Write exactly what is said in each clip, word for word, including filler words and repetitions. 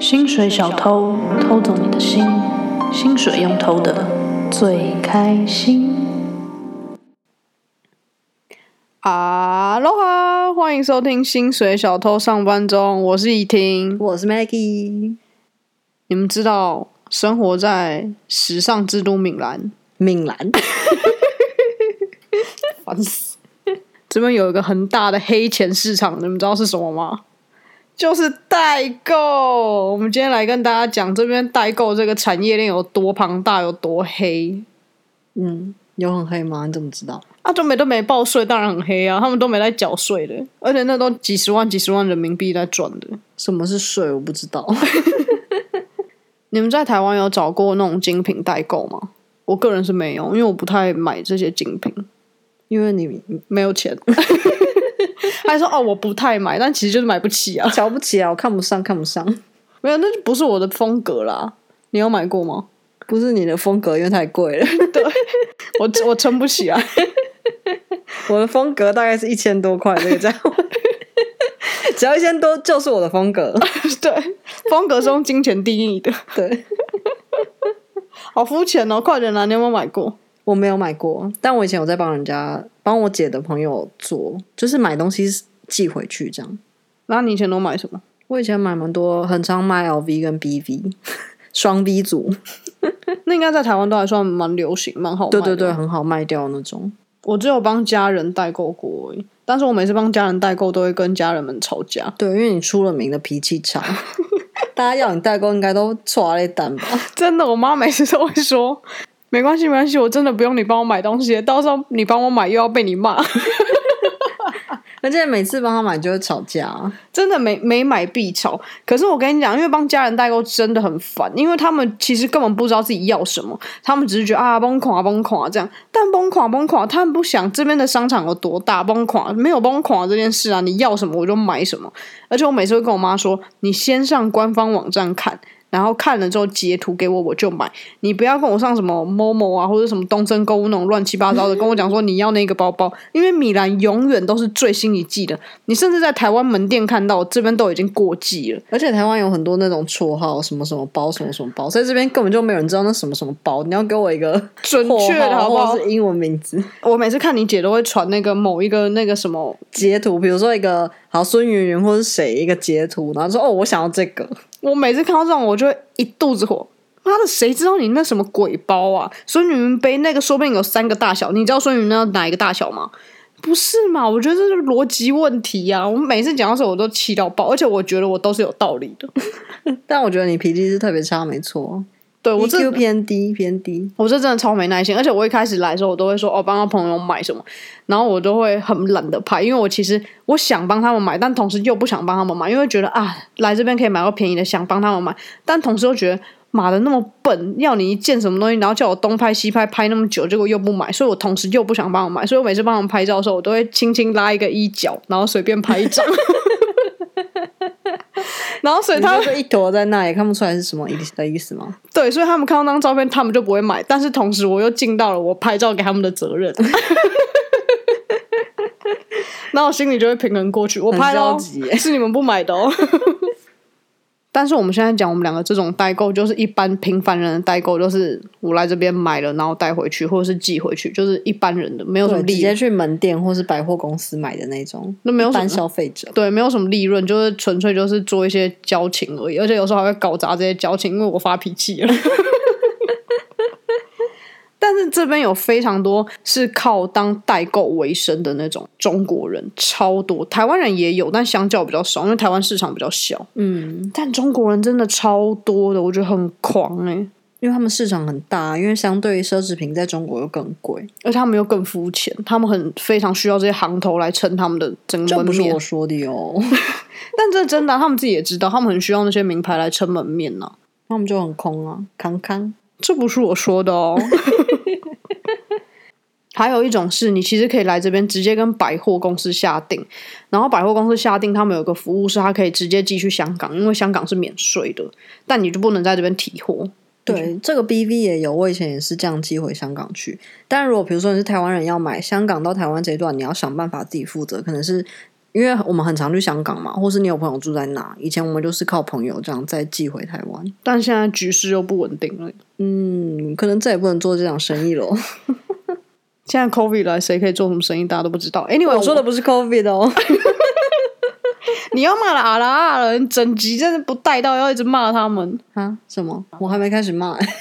薪水小偷偷走你的心，薪水用偷的最开心。哈喽哈，欢迎收听薪水小偷上班中，我是怡婷， 我是 Maggie。 你们知道生活在时尚之都闽南， 闽南， 烦死！这边有一个很大的黑钱市场，你们知道是什么吗？就是代购。我们今天来跟大家讲这边代购这个产业链有多庞大，有多黑。 嗯，有很黑吗？你怎么知道？ 啊，中美都没报税，当然很黑啊！他们都没在缴税的，而且那都几十万、几十万人民币在赚的。 什么是税？我不知道。 你们在台湾有找过那种精品代购吗？我个人是没有，因为我不太买这些精品， 因为你没有钱。还说哦，我不太买，但其实就是买不起啊， 瞧不起啊，我看不上，看不上。 没有，那就不是我的风格啦。你有买过吗？ 不是你的风格，因为太贵了。 对，我我撑不起来。 我的风格大概是一千多块这个价位，只要一千多就是我的风格。 对，风格是用金钱定义的。 对， 好肤浅哦！快点啦，你有没有买过？ 我没有买过，但我以前有在帮人家帮我姐的朋友做，就是买东西寄回去这样。 那你以前都买什么？ 我以前买蛮多，很常买 L V 跟 B V 双 V 组。 那应该在台湾都还算蛮流行，蛮好卖的。 对对对，很好卖掉那种。 我只有帮家人代购过而已，但是我每次帮家人代购都会跟家人们吵架。 对，因为你出了名的脾气差，大家要你代购应该都抓了一单吧？ 真的，我妈每次都会说，没关系没关系，我真的不用你帮我买东西，到时候你帮我买又要被你骂。 而且每次帮他买就会吵架、啊， 真的没没买必吵。可是我跟你讲，因为帮家人代购真的很烦，因为他们其实根本不知道自己要什么，他们只是觉得啊崩垮崩垮这样，但崩垮崩垮，他们不想这边的商场有多大，崩垮没有崩垮这件事啊，你要什么我就买什么。而且我每次会跟我妈说，你先上官方网站看。然后看了之后截图给我，我就买。你不要跟我上什么 Momo 啊，或者什么东森购物那种乱七八糟的，跟我讲说你要那个包包，因为米兰永远都是最新一季的。你甚至在台湾门店看到，这边都已经过季了。 而且台湾有很多那种绰号，什么什么包，什么什么包，在这边根本就没有人知道那什么什么包。你要给我一个准确的好不好？ 或者是英文名字。 我每次看你姐都会传那个某一个那个什么截图，比如说一个好孙云云或是谁一个截图，然后说哦我想要这个。 我每次看到这种，我就会一肚子火。妈的，谁知道你那什么鬼包啊？孙云云背那个，说不定有三个大小。你知道孙云云那哪一个大小吗？不是嘛？我觉得这是逻辑问题呀、啊！我每次讲到时候，我都气到爆，而且我觉得我都是有道理的。 但我觉得你脾气是特别差，没错。 对我这 E Q 偏低偏低， 我这真的超没耐心，而且我一开始来的时候，我都会说哦，帮他朋友买什么，然后我都会很懒得拍，因为我其实我想帮他们买，但同时又不想帮他们买，因为觉得啊，来这边可以买到便宜的，想帮他们买，但同时又觉得妈的那么笨，要你一件什么东西，然后叫我东拍西拍拍那么久，结果又不买，所以我同时又不想帮他们买，所以我每次帮他们拍照的时候，我都会轻轻拉一个衣角，然后随便拍一张。然后所以他就一坨在那也看不出来是什么意思的意思吗？ 对，所以他们看到那张照片，他们就不会买。但是同时，我又尽到了我拍照给他们的责任，然后我心里就会平衡过去。我拍了、哦，是你们不买的哦。但是我们现在讲，我们两个这种代购，就是一般平凡人的代购，就是我来这边买了，然后带回去，或者是寄回去，就是一般人的，没有什么利润， 直接去门店或是百货公司买的那种， 那没有一般消费者， 对，没有什么利润，就是纯粹就是做一些交情而已，而且有时候还会搞砸这些交情，因为我发脾气了。但是这边有非常多是靠当代购为生的那种中国人，超多。台湾人也有，但相较比较少，因为台湾市场比较小。嗯，但中国人真的超多的，我觉得很狂哎、欸。 因为他们市场很大，因为相对奢侈品在中国又更贵， 而且他们又更肤浅，他们很非常需要这些行头来撑他们的整个门面。 这不是我说的哟， 但这真的、啊，他们自己也知道，他们很需要那些名牌来撑门面呢、啊。 他们就很空啊，康康。 这不是我说的哦。还有一种是你其实可以来这边直接跟百货公司下订，然后百货公司下订，他们有一个服务是它可以直接寄去香港，因为香港是免税的，但你就不能在这边提货。 对，这个 B V 也有，我以前也是这样寄回香港去。但如果比如说你是台湾人要买，香港到台湾这一段，你要想办法自己负责，可能是因为我们很常去香港嘛，或是你有朋友住在那，以前我们就是靠朋友这样再寄回台湾， 但现在局势又不稳定了， 嗯，可能再也不能做这场生意了。 现在 COVID 来，谁可以做什么生意，大家都不知道。Anyway， 我说的不是 COVID 哦。 你要骂了阿拉阿了，你整集真的不带到，要一直骂他们啊？什么？我还没开始骂、欸。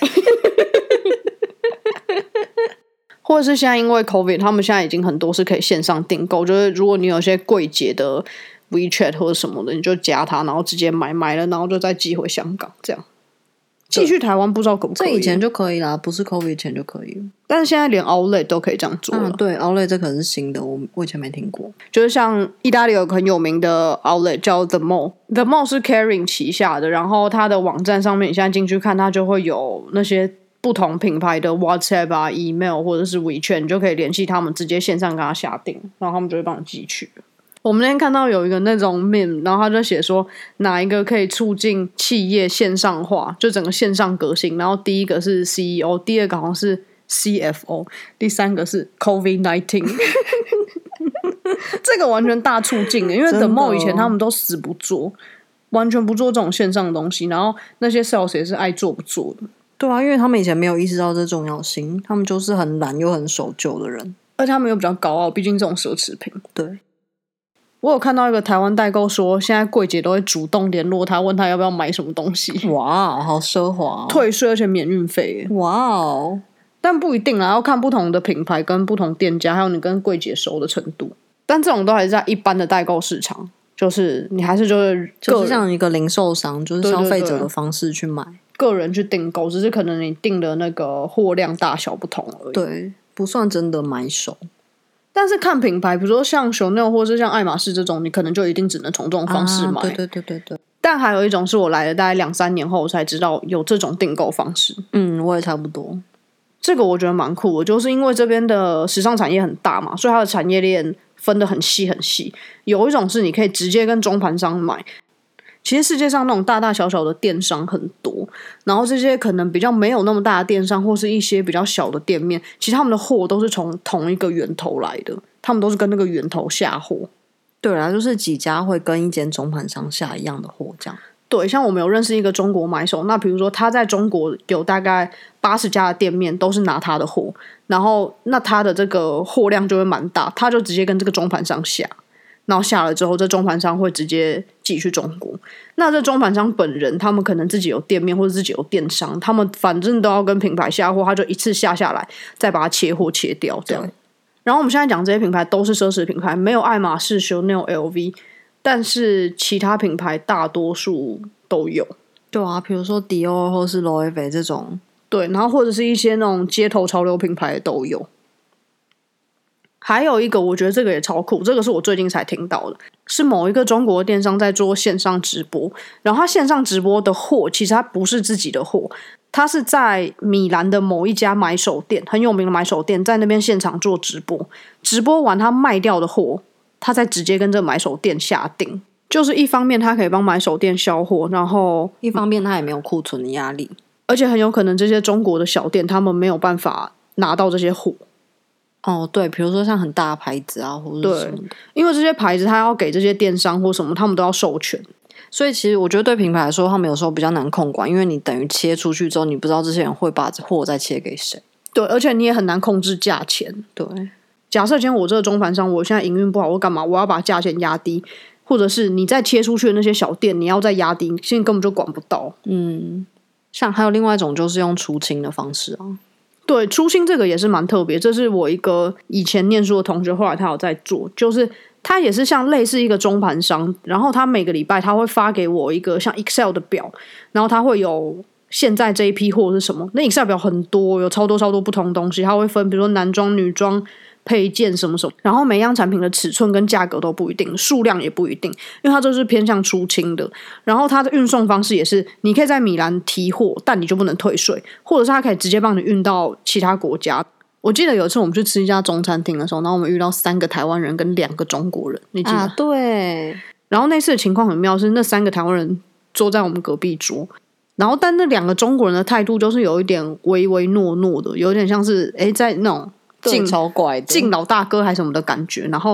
或者是现在因为 COVID， 他们现在已经很多是可以线上订购，就是如果你有些柜姐的 WeChat 或者什么的，你就加他，然后直接买买了，然后就再寄回香港，这样寄去台湾不知道可不可以？ 这以前就可以啦，不是 COVID 前就可以了。 但是现在连 Outlet 都可以这样做了。 嗯，对 ，Outlet 这可能是新的，我我以前没听过。 就是像意大利有个很有名的 Outlet 叫 The Mall，The Mall 是 Kering 旗下的，然后它的网站上面你现在进去看，它就会有那些不同品牌的 WhatsApp 啊、email 或者是 WeChat， 你就可以联系他们，直接线上跟他下订，然后他们就会帮你寄去。我们那天看到有一个那种 meme， 然后他就写说哪一个可以促进企业线上化，就整个线上革新。然后第一个是 C E O， 第二个好像是 C F O， 第三个是 COVID 十九。这个完全大促进的，因为 The Mall 以前他们都死不做，完全不做这种线上的东西，然后那些 sales 也是爱做不做的。 对啊，因为他们以前没有意识到这重要性，他们就是很懒又很守旧的人， 而且他们又比较高傲，毕竟这种奢侈品。 对。 我有看到一个台湾代购说，现在柜姐都会主动联络他，问他要不要买什么东西。 哇，好奢华、哦！ 退税而且免运费。 哇哦！ 但不一定啦，要看不同的品牌跟不同店家，还有你跟柜姐熟的程度。但这种都还是在一般的代购市场，就是你还是就是就是像一个零售商，就是消费者的方式去买， 对对对，个人去订购，只是可能你订的那个货量大小不同而已。 对，不算真的买手。 但是看品牌，比如说像 Chanel 或是像爱马仕这种，你可能就一定只能从这种方式买。 啊、对对对对对。 但还有一种是我来了大概两三年后我才知道有这种订购方式。 嗯，我也差不多。 这个我觉得蛮酷的，就是因为这边的时尚产业很大嘛，所以它的产业链分得很细很细。有一种是你可以直接跟中盘商买。其实世界上那种大大小小的电商很多，然后这些可能比较没有那么大的电商或是一些比较小的店面，其实他们的货都是从同一个源头来的，他们都是跟那个源头下货。 对啦，就是几家会跟一间中盘商下一样的货这样。 对，像我们有认识一个中国买手，那比如说他在中国有大概八十家的店面都是拿他的货，然后那他的这个货量就会蛮大，他就直接跟这个中盘商下，然后下了之后这中盘商会直接寄去中国。那这中盘商本人他们可能自己有店面或者自己有电商，他们反正都要跟品牌下货，他就一次下下来再把它切货切掉这样。然后我们现在讲这些品牌都是奢侈品牌，没有爱马仕、Chanel、L V， 但是其他品牌大多数都有。 对啊，比如说迪奥或是 Loewe 这种。 对，然后或者是一些那种街头潮流品牌都有。还有一个我觉得这个也超酷，这个是我最近才听到的，是某一个中国电商在做线上直播，然后他线上直播的货其实他不是自己的货，他是在米兰的某一家买手店，很有名的买手店，在那边现场做直播，直播完他卖掉的货他再直接跟这个买手店下订，就是一方面他可以帮买手店销货，然后一方面他也没有库存的压力， 而且很有可能这些中国的小店他们没有办法拿到这些货。 哦，对，比如说像很大的牌子啊，或者什么的， 因为这些牌子它要给这些电商或什么，他们都要授权， 所以其实我觉得对品牌来说，他们有时候比较难控管，因为你等于切出去之后，你不知道这些人会把货再切给谁。 对，而且你也很难控制价钱。 对， 假设今天我这个中盘商，我现在营运不好，我干嘛？我要把价钱压低，或者是你再切出去的那些小店，你要再压低，现在根本就管不到。 嗯，像还有另外一种就是用出清的方式啊。 对，出清这个也是蛮特别，这是我一个以前念书的同学，后来他有在做，就是他也是像类似一个中盘商，然后他每个礼拜他会发给我一个像 Excel 的表，然后他会有现在这一批货是什么，那 Excel 表很多，有超多超多不同的东西，他会分比如说男装、女装、配件什么什么，然后每样产品的尺寸跟价格都不一定，数量也不一定，因为它这是偏向出清的。然后它的运送方式也是，你可以在米兰提货，但你就不能退税，或者是它可以直接帮你运到其他国家。我记得有一次我们去吃一家中餐厅的时候，然后我们遇到三个台湾人跟两个中国人，你记得？ 啊，对。 然后那次的情况很妙，是那三个台湾人坐在我们隔壁桌，然后但那两个中国人的态度就是有一点唯唯诺诺的，有点像是诶在那种敬超怪的敬老大哥还是什么的感觉，然后还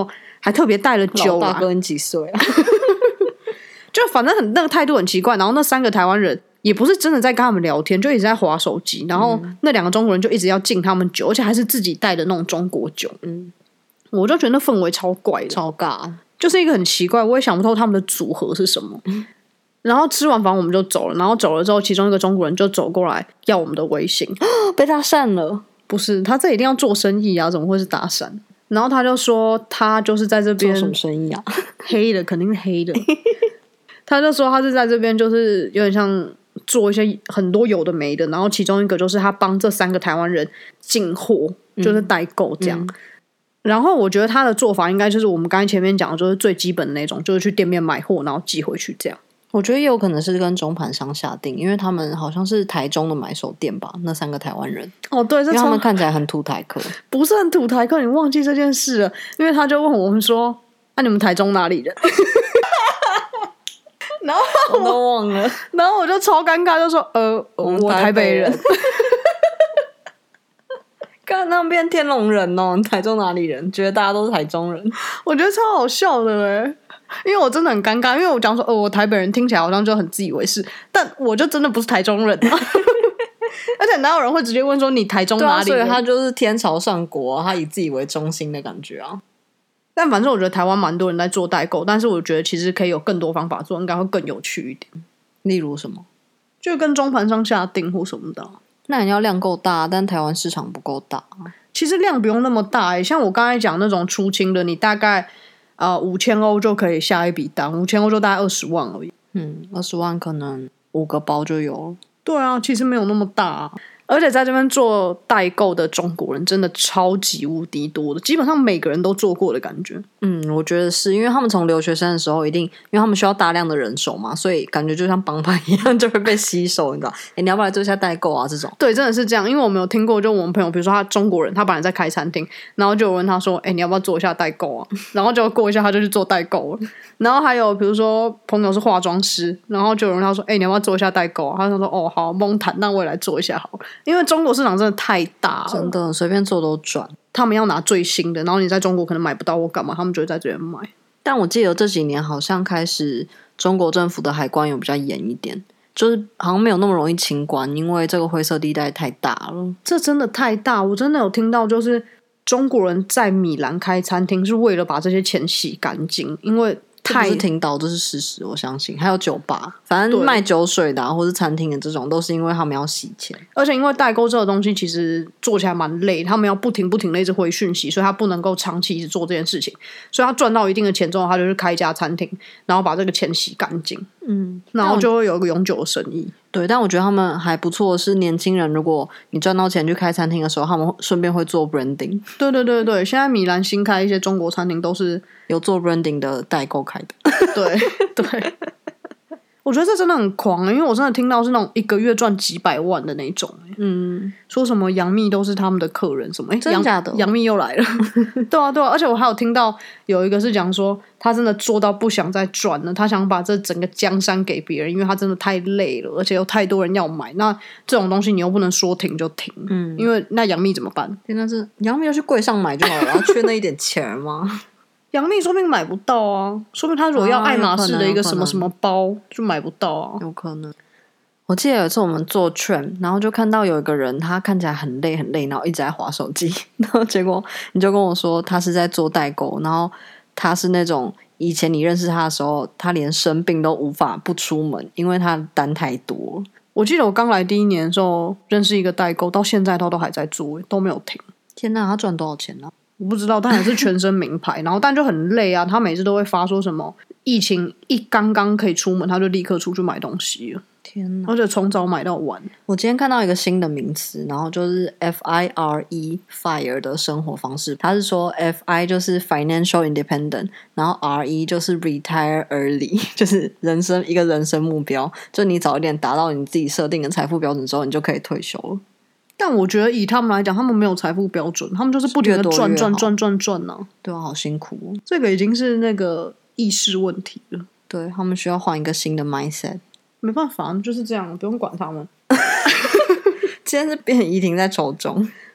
还特别带了酒来。 老大哥你几岁啊？ 就反正很那个态度很奇怪。然后那三个台湾人也不是真的在跟他们聊天，就一直在滑手机。然后那两个中国人就一直要敬他们酒，而且还是自己带的那种中国酒。嗯，我就觉得那氛围超怪的， 超尬， 就是一个很奇怪，我也想不透他们的组合是什么。嗯，然后吃完饭我们就走了，然后走了之后，其中一个中国人就走过来要我们的微信， 被搭讪了。 不是，他这一定要做生意啊，怎么会是搭讪？然后他就说他就是在这边做什么生意啊？ 黑的，肯定是黑的。他就说他是在这边，就是有点像做一些很多有的没的，然后其中一个就是他帮这三个台湾人进货，就是代购这样。嗯嗯，然后我觉得他的做法应该就是我们刚才前面讲的，就是最基本的那种，就是去店面买货，然后寄回去这样。 我觉得也有可能是跟中盘商下定，因为他们好像是台中的买手店吧，那三个台湾人。 哦，对， 因为他们看起来很土台客， 不是很土台客，你忘记这件事了？因为他就问我们说：“啊，你们台中哪里人？”然后 我, 我都忘了， 然后我就超尴尬，就说：“呃，我, 我台北人。” 刚那变天龙人哦，台中哪里人？觉得大家都是台中人， 我觉得超好笑的嘞。因为我真的很尴尬，因为我讲说，哦，我台北人听起来好像就很自以为是，但我就真的不是台中人啊。而且哪有人会直接问说你台中哪里人？ 对啊，所以他就是天朝上国啊，他以自己为中心的感觉啊。 但反正我觉得台湾蛮多人在做代购，但是我觉得其实可以有更多方法做，应该会更有趣一点。 例如什么？ 就跟中盘商下订或什么的。 那你要量够大，但台湾市场不够大。 其实量不用那么大，欸，像我刚才讲那种出清的，你大概呃五千欧就可以下一笔单，五千欧就大概二十万而已。 嗯，二十万可能五个包就有了。 对啊，其实没有那么大啊。而且在这边做代购的中国人真的超级无敌多的，基本上每个人都做过的感觉。 嗯，我觉得是因为他们从留学生的时候一定，因为他们需要大量的人手嘛，所以感觉就像帮派一样就会被吸收，你知道？哎，你要不要来做一下代购啊？这种对，真的是这样。因为我们有听过，就我们朋友，比如说他中国人，他本来在开餐厅，然后就有问他说：“哎，你要不要做一下代购啊？”然后就过一下他就去做代购了。然后还有比如说朋友是化妆师，然后就有人他说：“哎，你要不要做一下代购啊？”他就说：“哦，好，蒙谈，那我也来做一下好了。”因为中国市场真的太大了， 真的随便做都赚。 他们要拿最新的，然后你在中国可能买不到或干嘛，他们就会在这边买。 但我记得这几年好像开始中国政府的海关有比较严一点，就是好像没有那么容易清关，因为这个灰色地带太大了。 这真的太大，我真的有听到就是中国人在米兰开餐厅是为了把这些钱洗干净，因为太不是听到，这是事实，我相信。还有酒吧，反正卖酒水的、啊、或是餐厅的这种，都是因为他们要洗钱。 而且因为代购这个东西其实做起来蛮累，他们要不停不停的一直回讯息，所以他不能够长期一直做这件事情。所以他赚到一定的钱之后，他就去开一家餐厅，然后把这个钱洗干净，嗯，然后就会有一个永久的生意。 对，但我觉得他们还不错的是，年轻人如果你赚到钱去开餐厅的时候，他们顺便会做 branding。 对对对对，现在米兰新开一些中国餐厅都是有做 branding 的代购开的。 对对，我觉得这真的很狂，因为我真的听到是那种一个月赚几百万的那种。嗯，说什么杨幂都是他们的客人什么，哎， 真的假的？ 杨幂又来了。对啊对啊，而且我还有听到有一个是讲说他真的做到不想再赚了，他想把这整个江山给别人，因为他真的太累了，而且有太多人要买，那这种东西你又不能说停就停。嗯，因为那杨幂怎么办？ 天哪，是杨幂要去柜上买就好了，然后缺那一点钱吗？ 杨幂说不定买不到啊，说不定他如果要爱马仕的一个什么什么包就买不到啊， 有可能。我记得有一次我们坐 train， 然后就看到有一个人，他看起来很累很累，然后一直在滑手机，然后结果你就跟我说他是在做代购，然后他是那种以前你认识他的时候，他连生病都无法不出门，因为他单太多。 我记得我刚来第一年的时候认识一个代购，到现在他都还在做，都没有停。 天哪，他赚多少钱呢、啊？ 我不知道，但也是全身名牌，然后但就很累啊。他每次都会发说什么疫情一刚刚可以出门，他就立刻出去买东西了。 天哪！ 而且从早买到晚。 我今天看到一个新的名词，然后就是 F I R E FIRE 的生活方式。他是说 F I 就是 Financial Independent， 然后 R E 就是 Retire Early， 就是人生一个人生目标，就你早一点达到你自己设定的财富标准之后，你就可以退休了。 但我觉得以他们来讲，他们没有财富标准，他们就是不停的赚赚赚赚赚呢。 对啊，好辛苦哦。 这个已经是那个意识问题了。 对，他们需要换一个新的 mindset。 没办法，就是这样，不用管他们。 今天是变怡婷在抽中，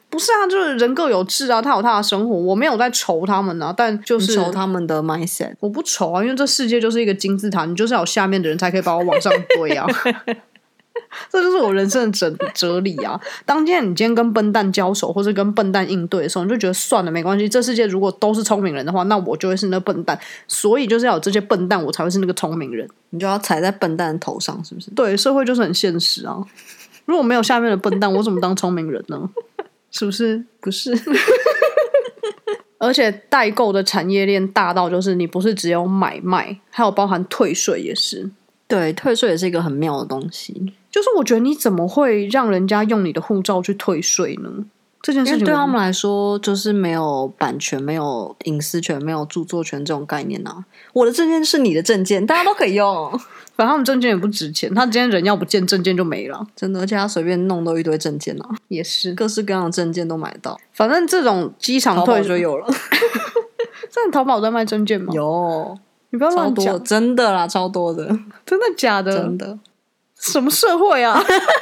不是啊，就是人各有志啊，他有他的生活，我没有在愁他们啊，但就是愁他们的 mindset。 我不愁啊，因为这世界就是一个金字塔，你就是要有下面的人才可以把我往上堆啊。这就是我人生的哲哲理啊！当今天你今天跟笨蛋交手，或者跟笨蛋应对的时候，你就觉得算了，没关系。这世界如果都是聪明人的话，那我就会是那笨蛋。所以就是要有这些笨蛋，我才会是那个聪明人。 你就要踩在笨蛋的头上，是不是？ 对，社会就是很现实啊。如果没有下面的笨蛋，我怎么当聪明人呢？是不是？ 不是。 而且代购的产业链大到，就是你不是只有买卖，还有包含退税也是。 对，退税也是一个很妙的东西。 就是我觉得你怎么会让人家用你的护照去退税呢？这件事情因为对他们来说，就是没有版权、没有隐私权、没有著作权这种概念啊。我的证件是你的证件，大家都可以用。 反正他们证件也不值钱，他今天人要不见，证件就没了。 真的，而且他随便弄都一堆证件啊， 也是各式各样的证件都买得到。 反正这种机场退淘宝就有了。 在淘宝在卖证件吗？ 有， 你不要乱讲， 真的啦，超多的。 真的假的？ 真的。 什么社会啊？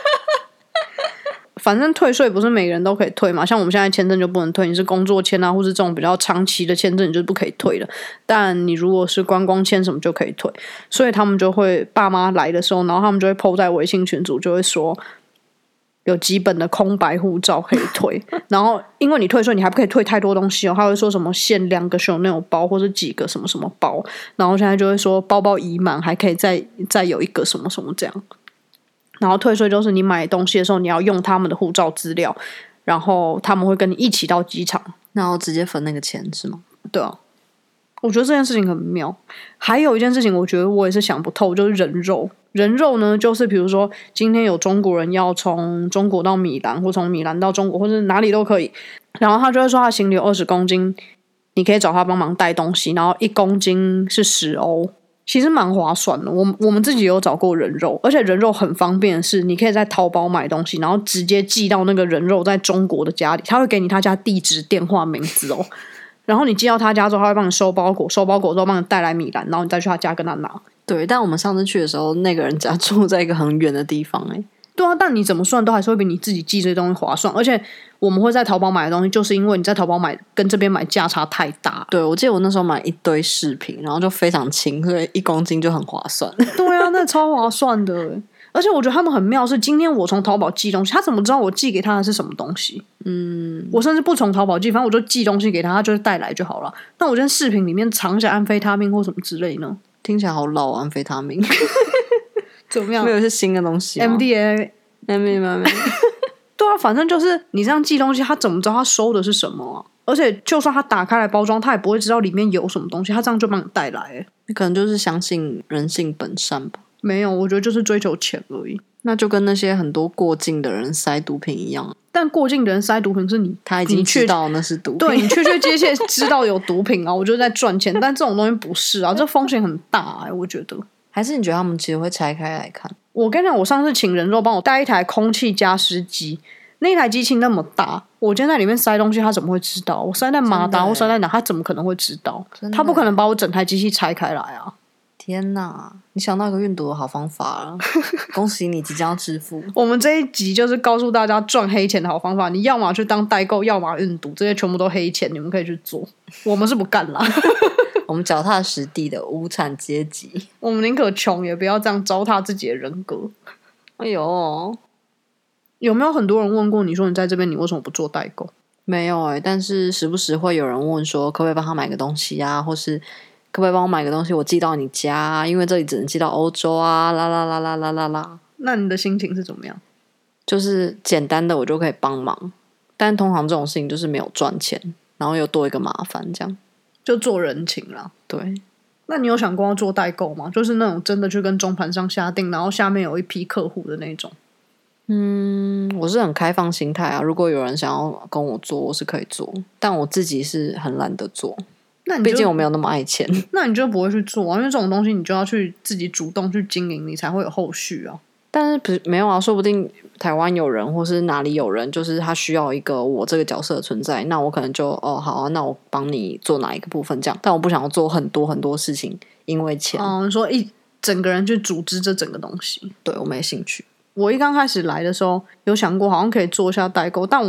反正退税不是每个人都可以退嘛，像我们现在签证就不能退，你是工作签啊，或是这种比较长期的签证，你就不可以退的。但你如果是观光签什么就可以退，所以他们就会爸妈来的时候，然后他们就会 po 在微信群组，就会说有几本的空白护照可以退。然后因为你退税，你还不可以退太多东西哦，他会说什么限两个 Chanel 包或者几个什么什么包，然后现在就会说包包已满还可以再再有一个什么什么这样。然后退税就是你买东西的时候，你要用他们的护照资料，然后他们会跟你一起到机场， 然后直接分那个钱是吗？ 对啊，我觉得这件事情很妙。还有一件事情，我觉得我也是想不透，就是人肉。人肉呢，就是比如说今天有中国人要从中国到米兰，或从米兰到中国，或者哪里都可以，然后他就会说他行李有二十公斤，你可以找他帮忙带东西，然后一公斤是十欧。其实蛮划算的，我我们自己有找过人肉，而且人肉很方便的是，你可以在淘宝买东西，然后直接寄到那个人肉在中国的家里，他会给你他家地址、电话、名字哦。然后你寄到他家之后，他会帮你收包裹，收包裹之后帮你带来米兰，然后你再去他家跟他拿。 对，但我们上次去的时候，那个人家住在一个很远的地方、欸，哎。 对啊，但你怎么算都还是会比你自己寄这些东西划算，而且我们会在淘宝买的东西，就是因为你在淘宝买跟这边买价差太大。 对，我记得我那时候买一堆饰品，然后就非常轻，所以一公斤就很划算。 对啊，那超划算的。而且我觉得他们很妙是，今天我从淘宝寄东西，他怎么知道我寄给他的是什么东西？嗯，我甚至不从淘宝寄，反正我就寄东西给他，他就是带来就好了。那我今天饰品里面藏着安非他命或什么之类呢？ 听起来好老，安非他命。 怎么样？ 没有是新的东西吗 ？M D A。 没没没没， 对啊，反正就是你这样寄东西，他怎么知道他收的是什么啊？而且就算他打开来包装，他也不会知道里面有什么东西，他这样就帮你带来。 你可能就是相信人性本善吧？ 没有，我觉得就是追求钱而已。 那就跟那些很多过境的人塞毒品一样。 但过境的人塞毒品是你， 他已经知道那是毒品， 对你确确切切知道有毒品啊，我就在赚钱。但这种东西不是啊，这风险很大哎、欸，我觉得。 还是你觉得他们其实会拆开来看？ 我跟你讲，我上次请人肉帮我带一台空气加湿机，那台机器那么大，我今天在里面塞东西，他怎么会知道？我塞在马达，我塞在哪，他怎么可能会知道？他不可能把我整台机器拆开来啊！ 天哪，你想到一个运毒的好方法了，恭喜你即将要致富。 我们这一集就是告诉大家赚黑钱的好方法，你要么去当代购，要么运毒，这些全部都黑钱，你们可以去做。我们是不干啦。 我们脚踏实地的无产阶级， 我们宁可穷也不要这样糟蹋自己的人格。 哎呦， 有没有很多人问过你说你在这边你为什么不做代购？ 没有哎、欸，但是时不时会有人问说可不可以帮他买个东西啊，或是可不可以帮我买个东西我寄到你家、啊、因为这里只能寄到欧洲啊，啦啦啦啦啦啦啦。 那你的心情是怎么样？ 就是简单的我就可以帮忙，但通常这种事情就是没有赚钱，然后又多一个麻烦，这样就做人情啦。 对， 那你有想过要做代购吗？就是那种真的去跟中盘商下定，然后下面有一批客户的那种。 嗯，我是很开放心态啊，如果有人想要跟我做我是可以做，但我自己是很懒得做， 那你毕竟我没有那么爱钱。 那你就不会去做啊，因为这种东西你就要去自己主动去经营，你才会有后续啊。 但是不是没有啊，说不定台湾有人或是哪里有人，就是他需要一个我这个角色的存在，那我可能就哦好啊，那我帮你做哪一个部分这样，但我不想要做很多很多事情，因为钱。 哦，你说一整个人去组织这整个东西， 对我没兴趣。 我一刚开始来的时候有想过好像可以做一下代购，但我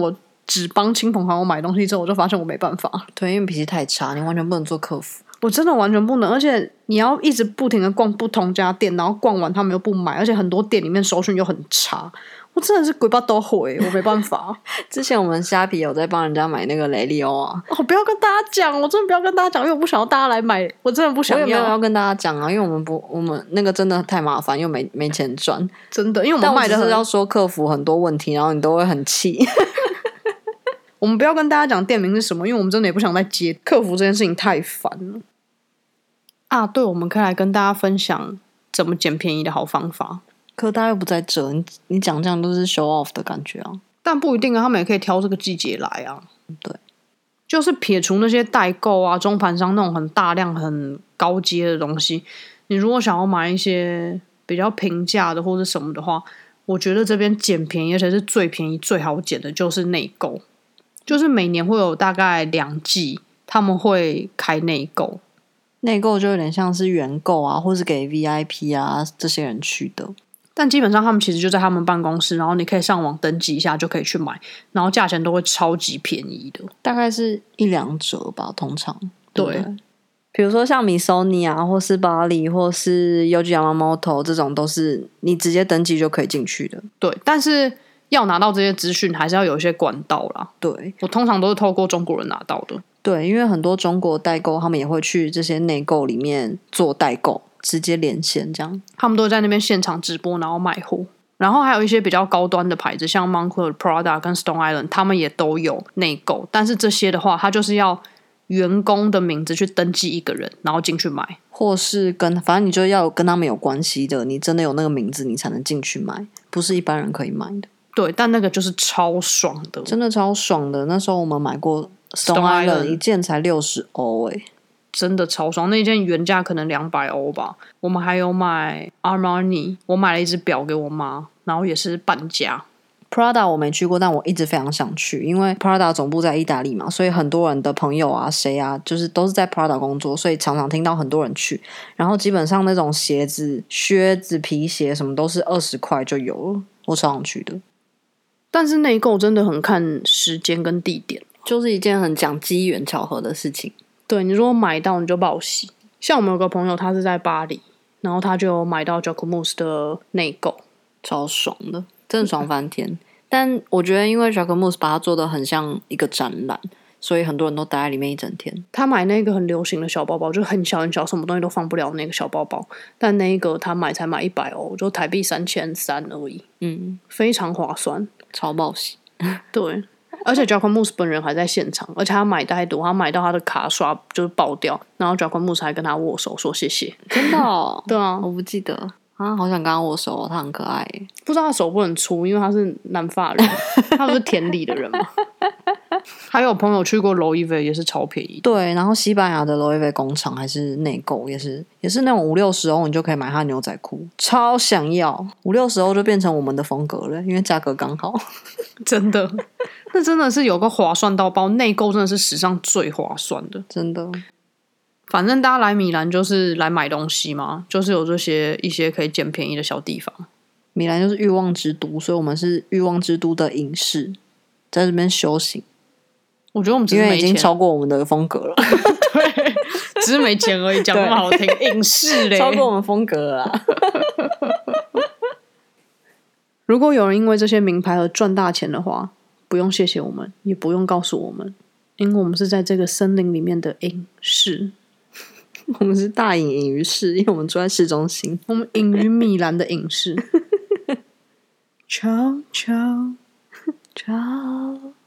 只帮亲朋好友买东西之后，我就发现我没办法。 对，因为脾气太差，你完全不能做客服。 我真的完全不能，而且你要一直不停的逛不同家店，然后逛完他们又不买，而且很多店里面收讯又很差，我真的是鬼巴都会，我没办法。 之前我们虾皮有在帮人家买那个雷利欧啊， 哦，不要跟大家讲，我真的不要跟大家讲，因为我不想要大家来买，我真的不想要。 我也没有要跟大家讲啊，因为我们不，我们那个真的太麻烦，又没没钱赚， 真的，因为我们卖的是要说客服很多问题，然后你都会很气。 我们不要跟大家讲店名是什么，因为我们真的也不想再接客服这件事情，太烦了。啊，对，我们可以来跟大家分享怎么捡便宜的好方法。 可大家又不在这，你你讲这样都是 show off 的感觉啊。 但不一定啊，他们也可以挑这个季节来啊。 对， 就是撇除那些代购啊、中盘商那种很大量、很高阶的东西，你如果想要买一些比较平价的或者什么的话，我觉得这边捡便宜，而且是最便宜、最好捡的，就是内购。就是每年会有大概两季，他们会开内购。 内购就有点像是原购啊，或是给 V I P 啊这些人去的。 但基本上他们其实就在他们办公室，然后你可以上网登记一下就可以去买，然后价钱都会超级便宜的， 大概是一两折吧，通常。对，对，比如说像 Missoni 啊，或是巴黎，或是 Yohji Yamamoto 这种，都是你直接登记就可以进去的。 对，但是要拿到这些资讯，还是要有一些管道啦。 对， 我通常都是透过中国人拿到的。 对，因为很多中国代购，他们也会去这些内购里面做代购，直接连线这样。 他们都在那边现场直播，然后卖货。然后还有一些比较高端的牌子，像 Moncler、Prada 跟 Stone Island， 他们也都有内购。但是这些的话，它就是要员工的名字去登记一个人，然后进去买， 或是跟反正你就要跟他们有关系的，你真的有那个名字，你才能进去买，不是一般人可以买的。 对，但那个就是超爽的， 真的超爽的。那时候我们买过 Stone Island 一件才六十欧诶， 真的超爽。那一件原价可能两百欧吧。我们还有买 Armani， 我买了一只表给我妈，然后也是半价。 Prada 我没去过，但我一直非常想去，因为 Prada 总部在意大利嘛，所以很多人的朋友啊、谁啊，就是都是在 Prada 工作，所以常常听到很多人去。然后基本上那种鞋子、靴子、皮鞋什么都是二十块就有了，我超想去的。 但是内购真的很看时间跟地点， 就是一件很讲机缘巧合的事情。 对，你如果买到你就报喜。像我们有个朋友，他是在巴黎，然后他就买到 Jacquemus 的内购， 超爽的，真的爽翻天。但我觉得因为 Jacquemus 把它做的很像一个展览，所以很多人都待在里面一整天。 他买那个很流行的小包包，就很小很小，什么东西都放不了那个小包包，但那一个他买才买一百欧，就台币三千三而已， 嗯， 非常划算， 超报喜。 对，而且 Jacquemus 本人还在现场，而且他买太多，他买到他的卡刷就是爆掉，然后 Jacquemus 还跟他握手说谢谢。 真的哦？ 对啊， 我不记得啊，好想跟他握手哦，他很可爱耶。 不知道他手不很粗，因为他是南法人，他不是田里的人嘛。还有朋友去过 Loewe 也是超便宜， 对，然后西班牙的 Loewe 工厂还是内购，也是也是那种五六十欧你就可以买他牛仔裤，超想要，五六十欧就变成我们的风格了，因为价格刚好。 真的，那真的是有个划算到爆，内购真的是史上最划算的， 真的。 反正大家来米兰就是来买东西嘛，就是有这些一些可以捡便宜的小地方。 米兰就是欲望之都，所以我们是欲望之都的隐士，在这边修行。 我觉得我们只是没钱， 因为已经超过我们的风格了。 对，只是没钱而已，讲那么好听，隐士嘞， 超过我们风格了啦。 如果有人因为这些名牌而赚大钱的话，不用谢谢我们，也不用告诉我们，因为我们是在这个森林里面的隐士。 我们是大隐隐于市，因为我们住在市中心。 我们隐于米兰的隐士。悄悄悄。